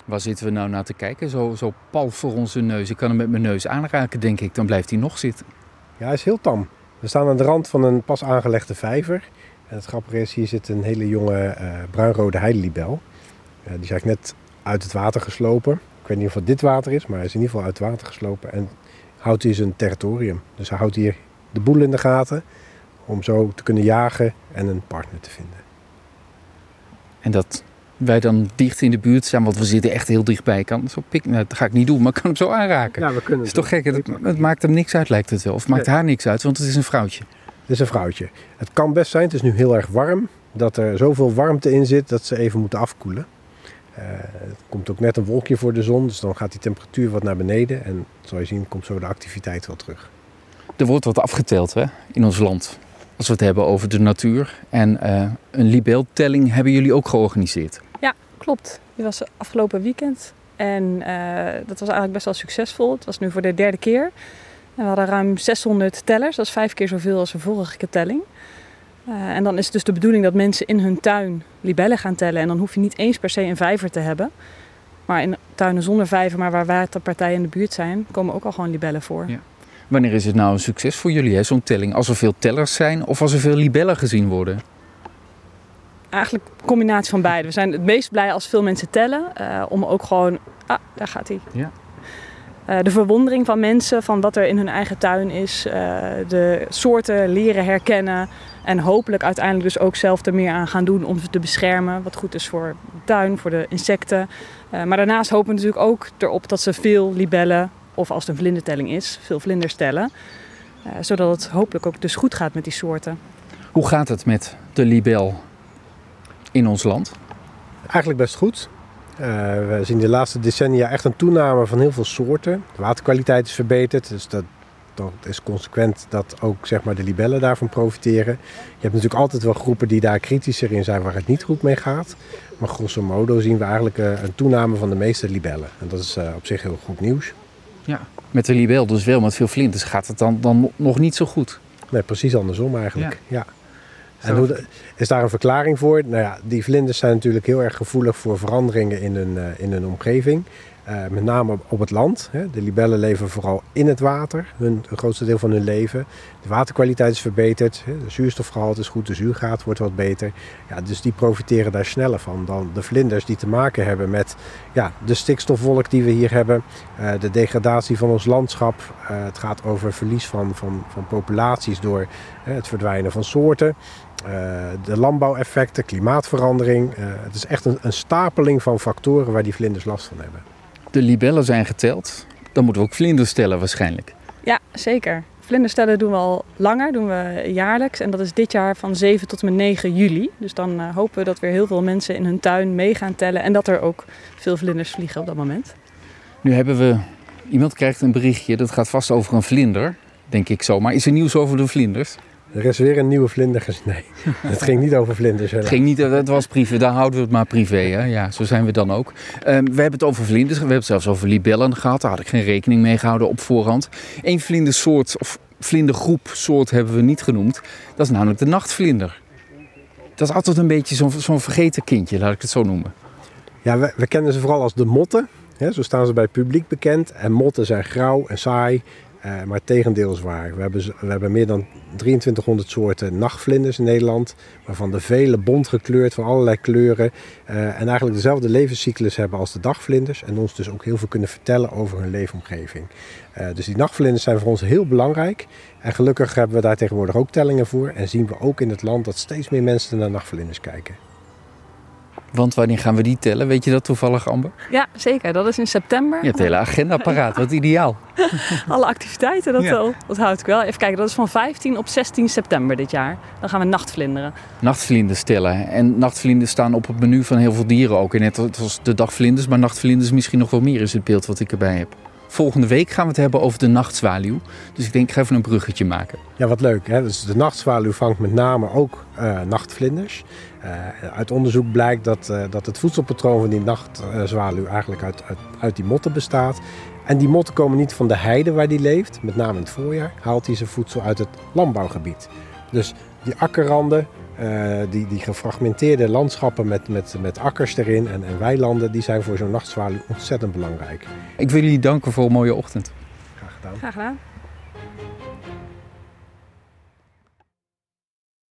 Waar zitten we nou naar te kijken? Zo pal voor onze neus. Ik kan hem met mijn neus aanraken, denk ik. Dan blijft hij nog zitten. Ja, hij is heel tam. We staan aan de rand van een pas aangelegde vijver. En het grappige is, hier zit een hele jonge bruinrode heidelibel. Die is eigenlijk net uit het water geslopen. Ik weet niet of het dit water is, maar hij is in ieder geval uit het water geslopen. En houdt hier zijn territorium. Dus hij houdt hier de boel in de gaten om zo te kunnen jagen en een partner te vinden. En dat wij dan dicht in de buurt zijn, want we zitten echt heel dichtbij. Dat ga ik niet doen, maar ik kan hem zo aanraken. Ja, we kunnen. Het is toch gek? Het maakt hem niks uit, lijkt het wel. Of het maakt haar niks uit, want het is een vrouwtje. Het is een vrouwtje. Het kan best zijn, het is nu heel erg warm, dat er zoveel warmte in zit dat ze even moeten afkoelen. Er komt ook net een wolkje voor de zon, dus dan gaat die temperatuur wat naar beneden. En zoals je ziet, komt zo de activiteit wel terug. Er wordt wat afgeteld hè, in ons land. Als we het hebben over de natuur. En een libeltelling hebben jullie ook georganiseerd. Ja, klopt. Die was afgelopen weekend. En dat was eigenlijk best wel succesvol. Het was nu voor de 3e keer. En we hadden ruim 600 tellers. Dat is 5 keer zoveel als de vorige telling. En dan is het dus de bedoeling dat mensen in hun tuin libellen gaan tellen. En dan hoef je niet eens per se een vijver te hebben. Maar in tuinen zonder vijver, maar waar waterpartijen in de buurt zijn, komen ook al gewoon libellen voor. Ja. Wanneer is het nou een succes voor jullie, hè, zo'n telling? Als er veel tellers zijn of als er veel libellen gezien worden? Eigenlijk een combinatie van beide. We zijn het meest blij als veel mensen tellen. Om ook gewoon... daar gaat hij. Ja. De verwondering van mensen van wat er in hun eigen tuin is. De soorten leren herkennen. En hopelijk uiteindelijk dus ook zelf er meer aan gaan doen om ze te beschermen. Wat goed is voor de tuin, voor de insecten. Maar daarnaast hopen we natuurlijk ook erop dat ze veel libellen, of als het een vlindertelling is, veel vlinders tellen. Zodat het hopelijk ook dus goed gaat met die soorten. Hoe gaat het met de libel in ons land? Eigenlijk best goed. We zien de laatste decennia echt een toename van heel veel soorten. De waterkwaliteit is verbeterd, dus dat is consequent dat ook zeg maar, de libellen daarvan profiteren. Je hebt natuurlijk altijd wel groepen die daar kritischer in zijn waar het niet goed mee gaat. Maar grosso modo zien we eigenlijk een toename van de meeste libellen. En dat is op zich heel goed nieuws. Ja, met de libel dus wel, met veel vlinders gaat het dan nog niet zo goed. Nee, precies andersom eigenlijk. Ja. En is daar een verklaring voor? Nou ja, die vlinders zijn natuurlijk heel erg gevoelig voor veranderingen in hun omgeving. Met name op het land. De libellen leven vooral in het water, het grootste deel van hun leven. De waterkwaliteit is verbeterd, de zuurstofgehalte is goed, de zuurgraad wordt wat beter. Ja, dus die profiteren daar sneller van dan de vlinders die te maken hebben met de stikstofwolk die we hier hebben. De degradatie van ons landschap. Het gaat over verlies van populaties door het verdwijnen van soorten. De landbouweffecten, klimaatverandering. Het is echt een stapeling van factoren waar die vlinders last van hebben. De libellen zijn geteld, dan moeten we ook vlinders tellen waarschijnlijk. Ja, zeker. Vlinders tellen doen we al langer, doen we jaarlijks. En dat is dit jaar van 7 tot en met 9 juli. Dus dan hopen we dat weer heel veel mensen in hun tuin mee gaan tellen. En dat er ook veel vlinders vliegen op dat moment. Nu hebben we, iemand krijgt een berichtje, dat gaat vast over een vlinder, denk ik zo. Maar is er nieuws over de vlinders? Er is weer een nieuwe vlinder. Nee, het ging niet over vlinders. Het was privé, daar houden we het maar privé. Hè? Ja, zo zijn we dan ook. We hebben het over vlinders, we hebben het zelfs over libellen gehad. Daar had ik geen rekening mee gehouden op voorhand. Eén vlindersoort of vlindergroepsoort hebben we niet genoemd. Dat is namelijk de nachtvlinder. Dat is altijd een beetje zo'n vergeten kindje, laat ik het zo noemen. Ja, we kennen ze vooral als de motten. Zo staan ze bij het publiek bekend. En motten zijn grauw en saai. Maar het tegendeel is waar. We hebben meer dan 2300 soorten nachtvlinders in Nederland. Waarvan de vele bont gekleurd van allerlei kleuren. En eigenlijk dezelfde levenscyclus hebben als de dagvlinders. En ons dus ook heel veel kunnen vertellen over hun leefomgeving. Dus die nachtvlinders zijn voor ons heel belangrijk. En gelukkig hebben we daar tegenwoordig ook tellingen voor. En zien we ook in het land dat steeds meer mensen naar nachtvlinders kijken. Want wanneer gaan we die tellen? Weet je dat toevallig, Amber? Ja, zeker. Dat is in september. Je hebt de hele agenda paraat. Wat ideaal. Alle activiteiten, dat houd ik wel. Even kijken, dat is van 15 op 16 september dit jaar. Dan gaan we nachtvlinderen. Nachtvlinders tellen. En nachtvlinders staan op het menu van heel veel dieren ook. En net als de dagvlinders, maar nachtvlinders misschien nog wel meer is het beeld wat ik erbij heb. Volgende week gaan we het hebben over de nachtzwaluw. Dus ik denk, ik ga even een bruggetje maken. Ja, wat leuk. Hè? Dus de nachtzwaluw vangt met name ook nachtvlinders. Uit onderzoek blijkt dat het voedselpatroon van die nachtzwaluw eigenlijk uit die motten bestaat. En die motten komen niet van de heide waar die leeft. Met name in het voorjaar haalt hij zijn voedsel uit het landbouwgebied. Dus die akkerranden, Die gefragmenteerde landschappen met akkers erin en weilanden, die zijn voor zo'n nachtzwaluw ontzettend belangrijk. Ik wil jullie danken voor een mooie ochtend. Graag gedaan. Graag gedaan.